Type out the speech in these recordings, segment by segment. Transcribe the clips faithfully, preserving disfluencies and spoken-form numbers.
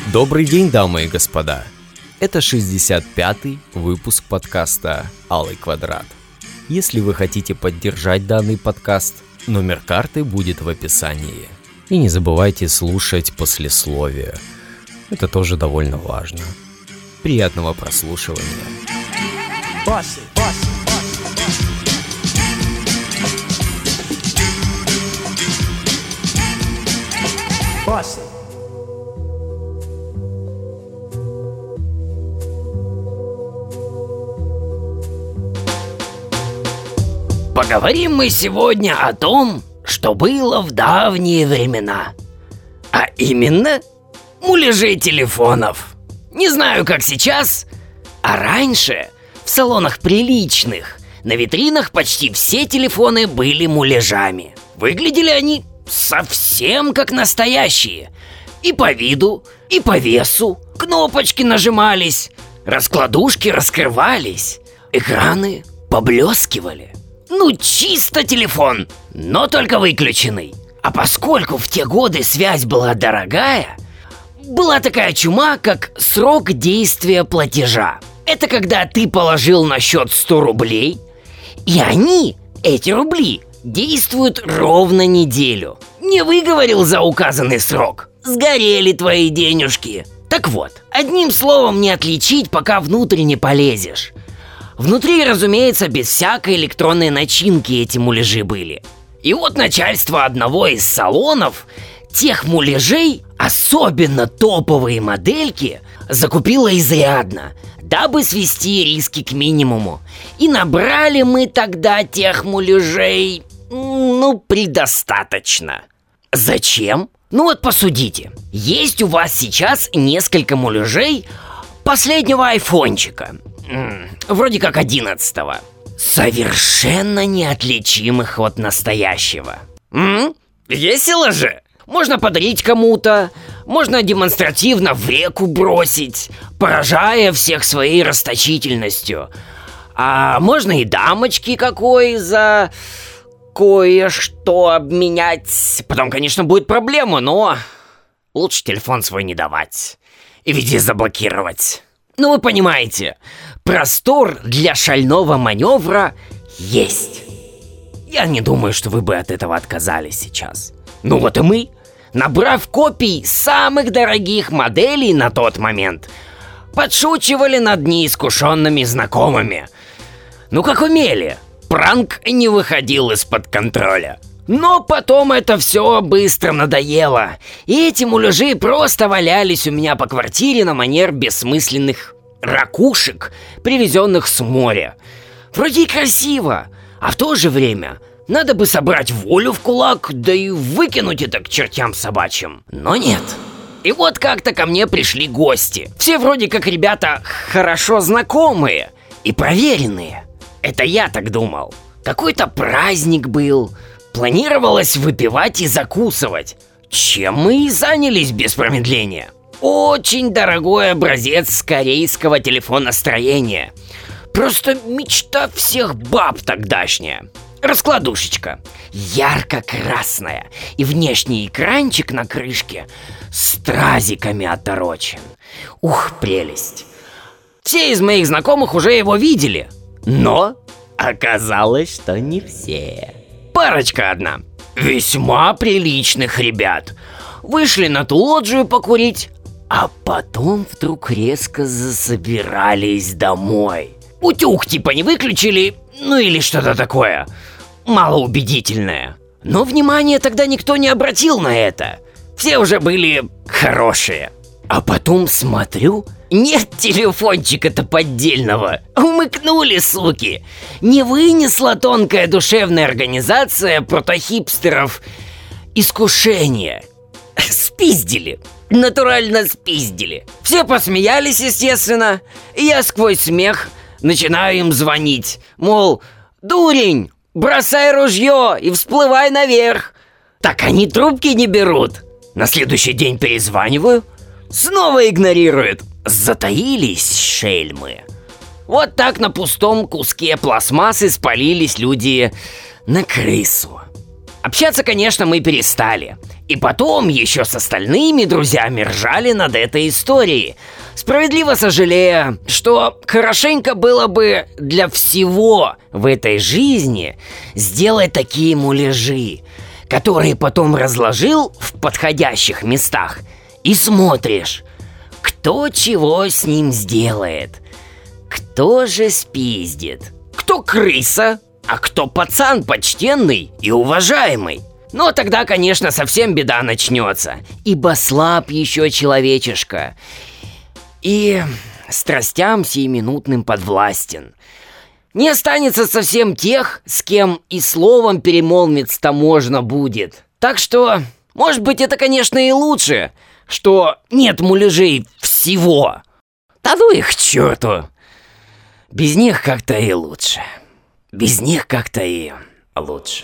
Добрый день, дамы и господа. Это шестьдесят пятый выпуск подкаста «Алый квадрат». Если вы хотите поддержать данный подкаст, номер карты будет в описании. И не забывайте слушать послесловие. Это тоже довольно важно. Приятного прослушивания. Bossy, bossy, bossy, bossy. Поговорим мы сегодня о том, что было в давние времена. А именно, муляжей телефонов. Не знаю, как сейчас, а раньше в салонах приличных на витринах почти все телефоны были муляжами. Выглядели они совсем как настоящие. И по виду, и по весу. Кнопочки нажимались, раскладушки раскрывались, экраны поблескивали. Ну, чисто телефон, но только выключенный. А поскольку в те годы связь была дорогая, была такая чума, как срок действия платежа. Это когда ты положил на счет сто рублей, и они, эти рубли, действуют ровно неделю. Не выговорил за указанный срок, сгорели твои денежки. Так вот, одним словом не отличить, пока внутрь не полезешь. Внутри, разумеется, без всякой электронной начинки эти муляжи были. И вот начальство одного из салонов тех муляжей, особенно топовые модельки, закупило изрядно, дабы свести риски к минимуму. И набрали мы тогда тех муляжей, ну, предостаточно. Зачем? Ну вот посудите. Есть у вас сейчас несколько муляжей последнего айфончика. Вроде как одиннадцатого. Совершенно неотличимых от настоящего. М? Весело же! Можно подарить кому-то, можно демонстративно в реку бросить, поражая всех своей расточительностью. А можно и дамочке какой за кое-что обменять. Потом, конечно, будет проблема, но лучше телефон свой не давать и везде заблокировать. Ну, вы понимаете, простор для шального маневра есть. Я не думаю, что вы бы от этого отказались сейчас. Ну вот и мы, набрав копий самых дорогих моделей на тот момент, подшучивали над неискушенными знакомыми. Ну как умели, пранк не выходил из-под контроля. Но потом это все быстро надоело, и эти муляжи просто валялись у меня по квартире на манер бессмысленных ракушек, привезенных с моря. Вроде и красиво, а в то же время надо бы собрать волю в кулак, да и выкинуть это к чертям собачьим. Но нет. И вот как-то ко мне пришли гости. Все вроде как ребята хорошо знакомые и проверенные. Это я так думал. Какой-то праздник был. Планировалось выпивать и закусывать, чем мы и занялись без промедления. Очень дорогой образец корейского телефоностроения. Просто мечта всех баб тогдашняя. Раскладушечка, ярко-красная, и внешний экранчик на крышке стразиками оторочен. Ух, прелесть. Все из моих знакомых уже его видели, но оказалось, что не все. Парочка одна, весьма приличных ребят, вышли на ту лоджию покурить, а потом вдруг резко засобирались домой. Утюг типа не выключили, ну или что-то такое, малоубедительное. Но внимания тогда никто не обратил на это, все уже были хорошие. А потом смотрю, нет телефончика-то поддельного. Умыкнули, суки. Не вынесла тонкая душевная организация протохипстеров искушение. Спиздили. Натурально спиздили. Все посмеялись, естественно. И я сквозь смех начинаю им звонить. Мол, дурень, бросай ружье и всплывай наверх. Так они трубки не берут. На следующий день перезваниваю. Снова игнорируют. Затаились шельмы. Вот так на пустом куске пластмассы спалились люди на крысу. Общаться, конечно, мы перестали. И потом еще с остальными друзьями ржали над этой историей, справедливо сожалея, что хорошенько было бы для всего в этой жизни сделать такие муляжи, которые потом разложил в подходящих местах, и смотришь, кто чего с ним сделает, кто же спиздит, кто крыса, а кто пацан почтенный и уважаемый. Но тогда, конечно, совсем беда начнется, ибо слаб еще человечишка, и страстям сиюминутным подвластен. Не останется совсем тех, с кем и словом перемолвиться-то можно будет. Так что, может быть, это, конечно, и лучше, что нет муляжей всего. Да ну их к черту. Без них как-то и лучше. Без них как-то и лучше.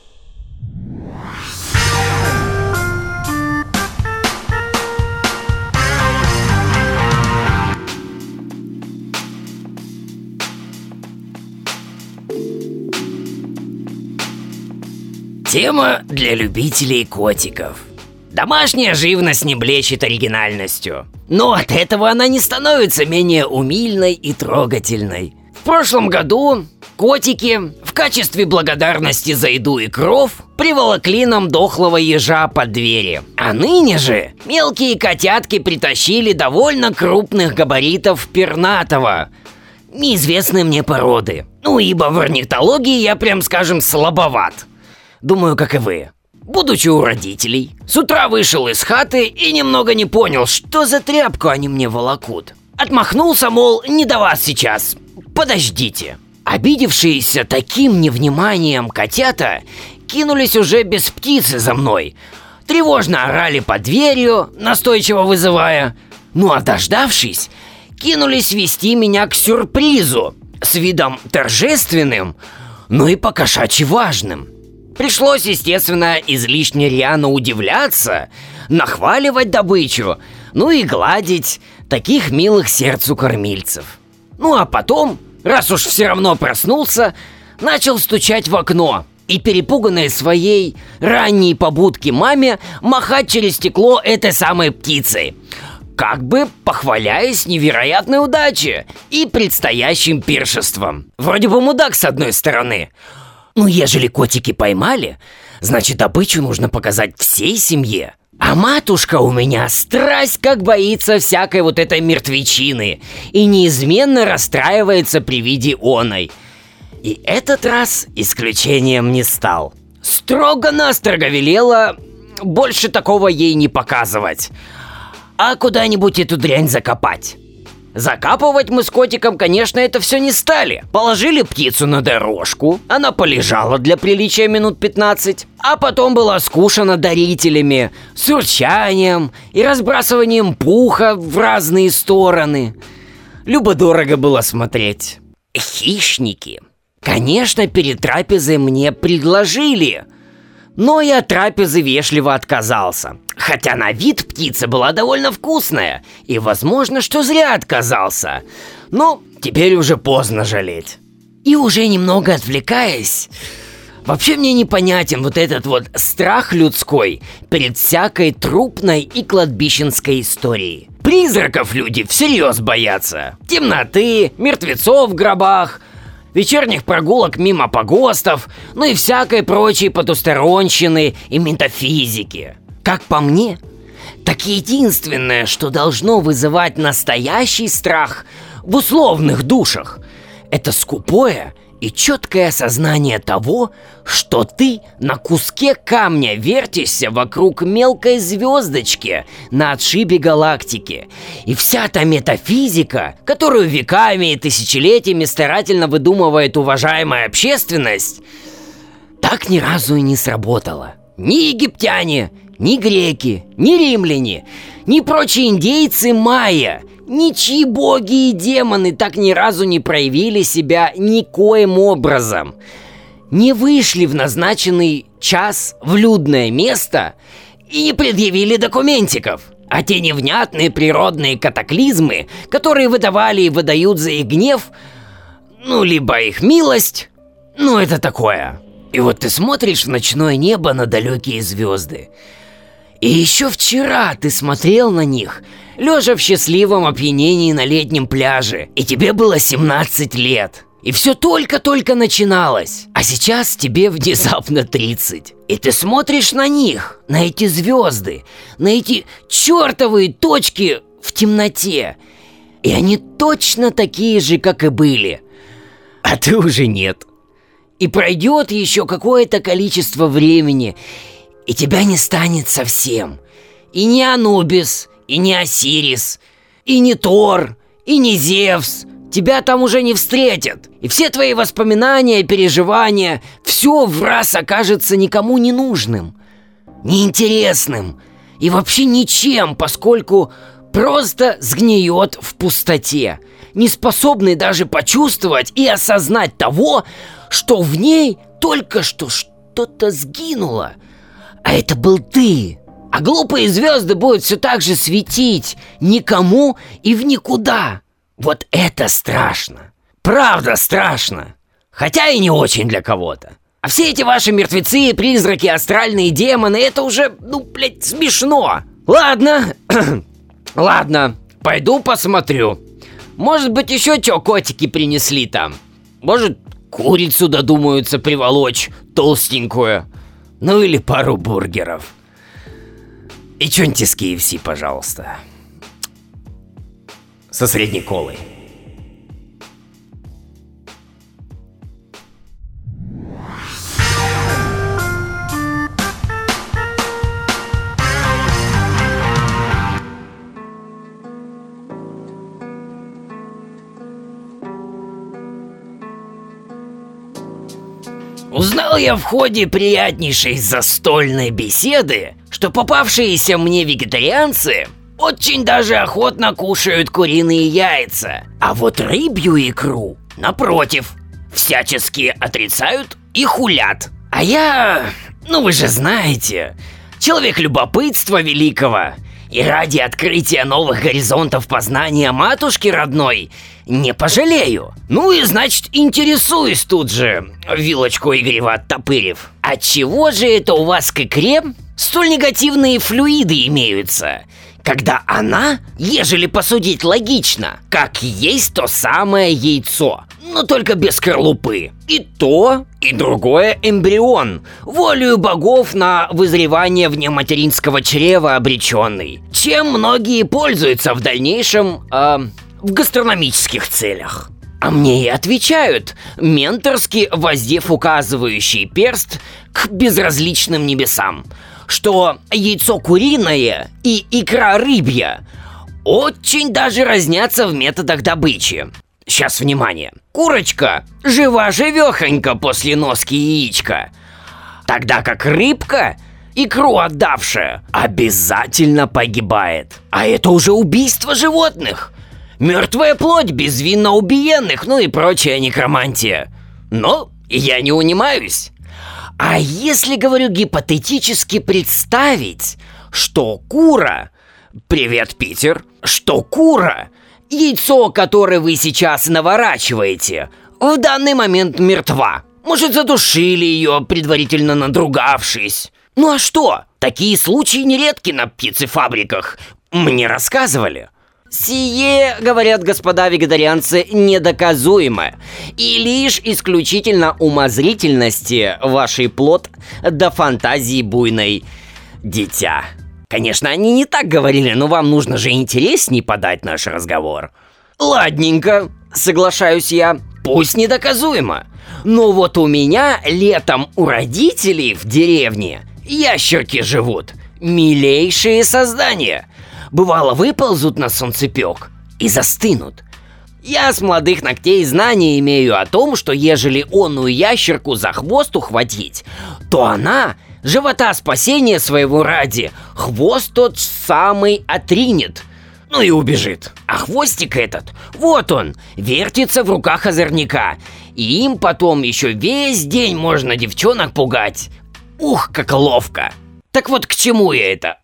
Тема для любителей котиков. Домашняя живность не блещет оригинальностью, но от этого она не становится менее умильной и трогательной. В прошлом году котики в качестве благодарности за еду и кров приволокли нам дохлого ежа под двери. А ныне же мелкие котятки притащили довольно крупных габаритов пернатого, неизвестной мне породы. Ну, ибо в орнитологии я, прям скажем, слабоват. Думаю, как и вы. Будучи у родителей, с утра вышел из хаты и немного не понял, что за тряпку они мне волокут. Отмахнулся, мол, не до вас сейчас, подождите. Обидевшиеся таким невниманием котята кинулись уже без птицы за мной. Тревожно орали под дверью, настойчиво вызывая. Ну а дождавшись, кинулись вести меня к сюрпризу с видом торжественным, но и по-кошачьи важным. Пришлось, естественно, излишне рьяно удивляться, нахваливать добычу, ну и гладить таких милых сердцу кормильцев. Ну а потом, раз уж все равно проснулся, начал стучать в окно и, перепуганной своей ранней побудки маме, махать через стекло этой самой птицей, как бы похваляясь невероятной удачей и предстоящим пиршеством. Вроде бы мудак с одной стороны. Ну, ежели котики поймали, значит, добычу нужно показать всей семье. А матушка у меня страсть как боится всякой вот этой мертвечины и неизменно расстраивается при виде оной. И этот раз исключением не стал. Строго-настрого велела больше такого ей не показывать, а куда-нибудь эту дрянь закопать. Закапывать мы с котиком, конечно, это все не стали. Положили птицу на дорожку, она полежала для приличия минут пятнадцать, а потом была скушана дарителями, с урчанием и разбрасыванием пуха в разные стороны. Любо-дорого было смотреть. Хищники, конечно, перед трапезой мне предложили, но я от трапезы вежливо отказался. Хотя на вид птица была довольно вкусная, и возможно, что зря отказался. Но теперь уже поздно жалеть. И уже немного отвлекаясь, вообще мне непонятен вот этот вот страх людской перед всякой трупной и кладбищенской историей. Призраков люди всерьез боятся. Темноты, мертвецов в гробах, вечерних прогулок мимо погостов, ну и всякой прочей потусторонщины и метафизики. Как по мне, так единственное, что должно вызывать настоящий страх в условных душах, это скупое и четкое осознание того, что ты на куске камня вертишься вокруг мелкой звездочки на отшибе галактики. И вся та метафизика, которую веками и тысячелетиями старательно выдумывает уважаемая общественность, так ни разу и не сработала. Ни египтяне, ни греки, ни римляне, ни прочие индейцы майя, ничьи боги и демоны так ни разу не проявили себя никоим образом. Не вышли в назначенный час в людное место и не предъявили документиков. А те невнятные природные катаклизмы, которые выдавали и выдают за их гнев, ну, либо их милость, ну, это такое. И вот ты смотришь в ночное небо на далекие звезды И еще вчера ты смотрел на них, лежа в счастливом опьянении на летнем пляже, и тебе было семнадцать лет. И все только-только начиналось, а сейчас тебе внезапно тридцать. И ты смотришь на них, на эти звезды, на эти чертовые точки в темноте. И они точно такие же, как и были. А ты уже нет. И пройдет еще какое-то количество времени, и тебя не станет совсем. И не Анубис, и не Осирис, и не Тор, и не Зевс. Тебя там уже не встретят. И все твои воспоминания, переживания, все враз окажется никому не нужным, неинтересным и вообще ничем, поскольку просто сгниет в пустоте, не способный даже почувствовать и осознать того, что в ней только что что-то сгинуло. А это был ты. А глупые звезды будут все так же светить никому и в никуда. Вот это страшно. Правда страшно. Хотя и не очень для кого-то. А все эти ваши мертвецы, призраки, астральные демоны, это уже, ну, блядь, смешно. Ладно, ладно, пойду посмотрю. Может быть, еще чё котики принесли там. Может, курицу додумаются приволочь, толстенькую. Ну или пару бургеров. И чё-нибудь из кей эф си, пожалуйста. Со средней колой. Узнал я в ходе приятнейшей застольной беседы, что попавшиеся мне вегетарианцы очень даже охотно кушают куриные яйца, а вот рыбью икру, напротив, всячески отрицают и хулят. А я, ну вы же знаете, человек любопытства великого, и ради открытия новых горизонтов познания матушки родной не пожалею. Ну и значит интересуюсь тут же, вилочку игриво оттопырив. Отчего же это у вас к икре столь негативные флюиды имеются, когда она, ежели посудить логично, как есть то самое яйцо, но только без скорлупы. И то, и другое эмбрион, волею богов на вызревание вне материнского чрева обреченный, чем многие пользуются в дальнейшем э, в гастрономических целях. А мне и отвечают, менторски воздев указывающий перст к безразличным небесам, что яйцо куриное и икра рыбья очень даже разнятся в методах добычи. Сейчас, внимание. Курочка жива-живехонька после носки яичка, тогда как рыбка, икру отдавшая, обязательно погибает. А это уже убийство животных. Мертвая плоть безвинно убиенных, ну и прочая некромантия. Но я не унимаюсь. А если, говорю, гипотетически представить, что кура... Привет, Питер. Что кура, яйцо, которое вы сейчас наворачиваете, в данный момент мертва. Может, задушили ее, предварительно надругавшись. Ну а что? Такие случаи нередки на птицефабриках. Мне рассказывали. Сие, говорят господа вегетарианцы, недоказуемо. И лишь исключительно умозрительности вашей плод до фантазии буйной дитя. Конечно, они не так говорили, но вам нужно же интересней подать наш разговор. Ладненько, соглашаюсь я, пусть недоказуемо. Но вот у меня летом у родителей в деревне ящерки живут. Милейшие создания. Бывало, выползут на солнцепек и застынут. Я с молодых ногтей знания имею о том, что ежели онную ящерку за хвост ухватить, то она, живота спасения своего ради, хвост тот самый отринет, ну и убежит. А хвостик этот, вот он, вертится в руках озорника, и им потом еще весь день можно девчонок пугать. Ух, как ловко! Так вот к чему я это?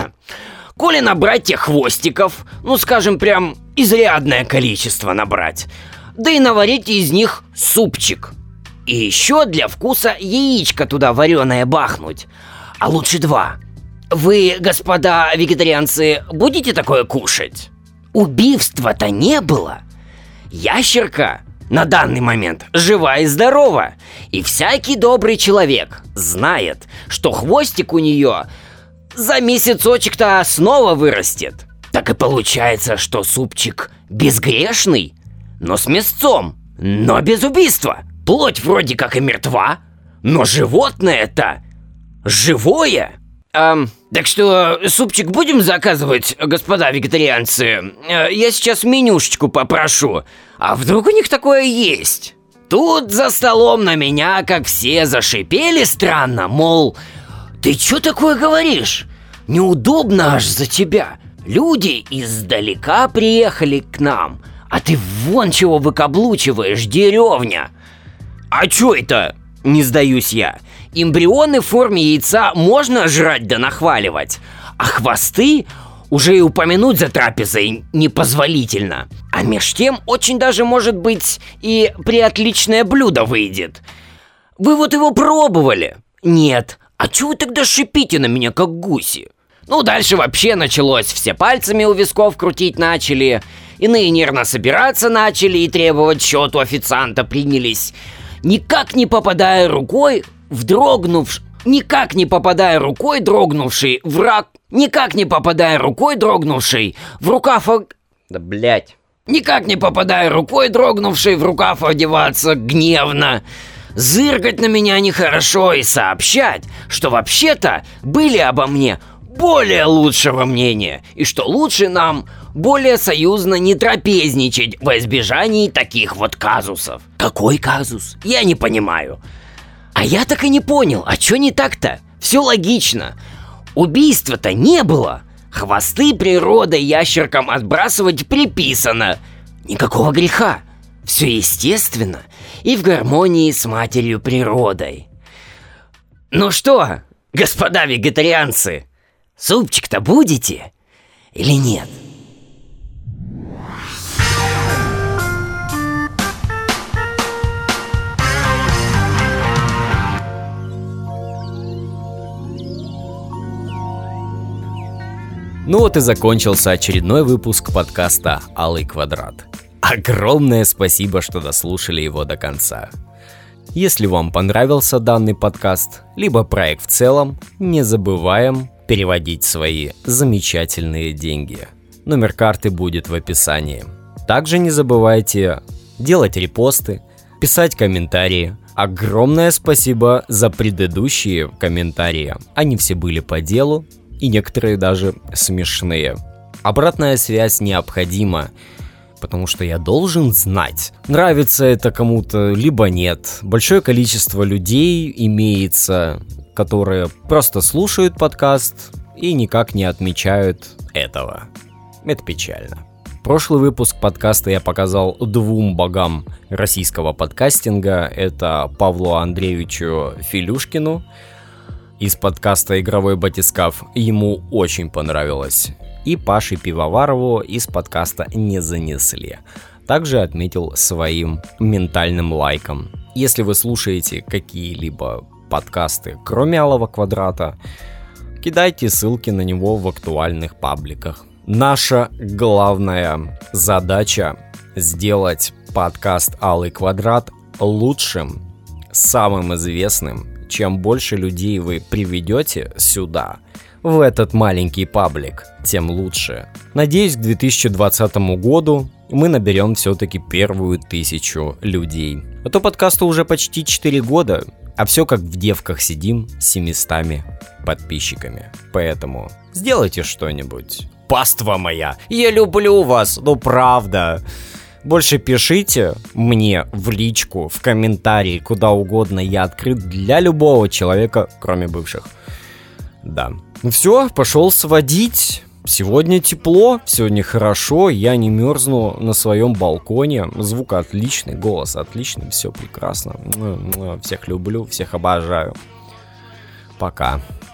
Коли набрать тех хвостиков, ну скажем прям изрядное количество набрать, да и наварить из них супчик. И еще для вкуса яичко туда вареное бахнуть, а лучше два. Вы, господа вегетарианцы, будете такое кушать? Убийства-то не было. Ящерка на данный момент жива и здорова. И всякий добрый человек знает, что хвостик у нее за месяцочек-то снова вырастет. Так и получается, что супчик безгрешный, но с мясцом, но без убийства. Плоть вроде как и мертва, но животное-то живое. Эм, так что супчик будем заказывать, господа вегетарианцы? Э, я сейчас менюшечку попрошу. А вдруг у них такое есть? Тут за столом на меня, как все, зашипели странно, мол, ты чё такое говоришь? Неудобно аж за тебя. Люди издалека приехали к нам, а ты вон чего выкаблучиваешь, деревня. А чё это? Не сдаюсь я. Эмбрионы в форме яйца можно жрать да нахваливать, а хвосты уже и упомянуть за трапезой непозволительно. А меж тем очень даже может быть и приотличное блюдо выйдет. Вы вот его пробовали? Нет. А чё вы тогда шипите на меня, как гуси? Ну, дальше вообще началось. Все пальцами у висков крутить начали, иные нервно собираться начали и требовать счет у официанта принялись. Никак не попадая рукой в дрогнувший... Никак не попадая рукой дрогнувший враг... Никак не попадая рукой дрогнувший в рукав... Да, блять. Никак не попадая рукой дрогнувший в рукав одеваться гневно. Зыркать на меня нехорошо и сообщать, что вообще-то были обо мне более лучшего мнения, и что лучше нам более союзно не трапезничать во избежании таких вот казусов. Какой казус? Я не понимаю. А я так и не понял, а чё не так-то? Все логично. Убийства-то не было. Хвосты природой ящеркам отбрасывать приписано. Никакого греха. Все естественно и в гармонии с матерью природой. Ну что, господа вегетарианцы, супчик-то будете или нет? Ну вот и закончился очередной выпуск подкаста «Алый квадрат». Огромное спасибо, что дослушали его до конца. Если вам понравился данный подкаст, либо проект в целом, не забываем переводить свои замечательные деньги. Номер карты будет в описании. Также не забывайте делать репосты, писать комментарии. Огромное спасибо за предыдущие комментарии. Они все были по делу, и некоторые даже смешные. Обратная связь необходима, потому что я должен знать, нравится это кому-то, либо нет. Большое количество людей имеется, которые просто слушают подкаст и никак не отмечают этого. Это печально. Прошлый выпуск подкаста я показал двум богам российского подкастинга. Это Павлу Андреевичу Филюшкину из подкаста «Игровой батискаф». Ему очень понравилось. И Паше Пивоварову из подкаста «Не занесли». Также отметил своим ментальным лайком. Если вы слушаете какие-либо подкасты, кроме «Алого квадрата», кидайте ссылки на него в актуальных пабликах. Наша главная задача — сделать подкаст «Алый квадрат» лучшим, самым известным. Чем больше людей вы приведете сюда, в этот маленький паблик, тем лучше. Надеюсь, к две тысячи двадцатому году мы наберем все-таки первую тысячу людей. А то подкасту уже почти четыре года, а все как в девках сидим с семистами подписчиками. Поэтому сделайте что-нибудь. Паства моя, я люблю вас, ну правда. Больше пишите мне в личку, в комментарии, куда угодно. Я открыт для любого человека, кроме бывших. Да. Ну все, пошел сводить. Сегодня тепло, сегодня хорошо. Я не мерзну на своем балконе. Звук отличный, голос отличный, все прекрасно. Всех люблю, всех обожаю. Пока.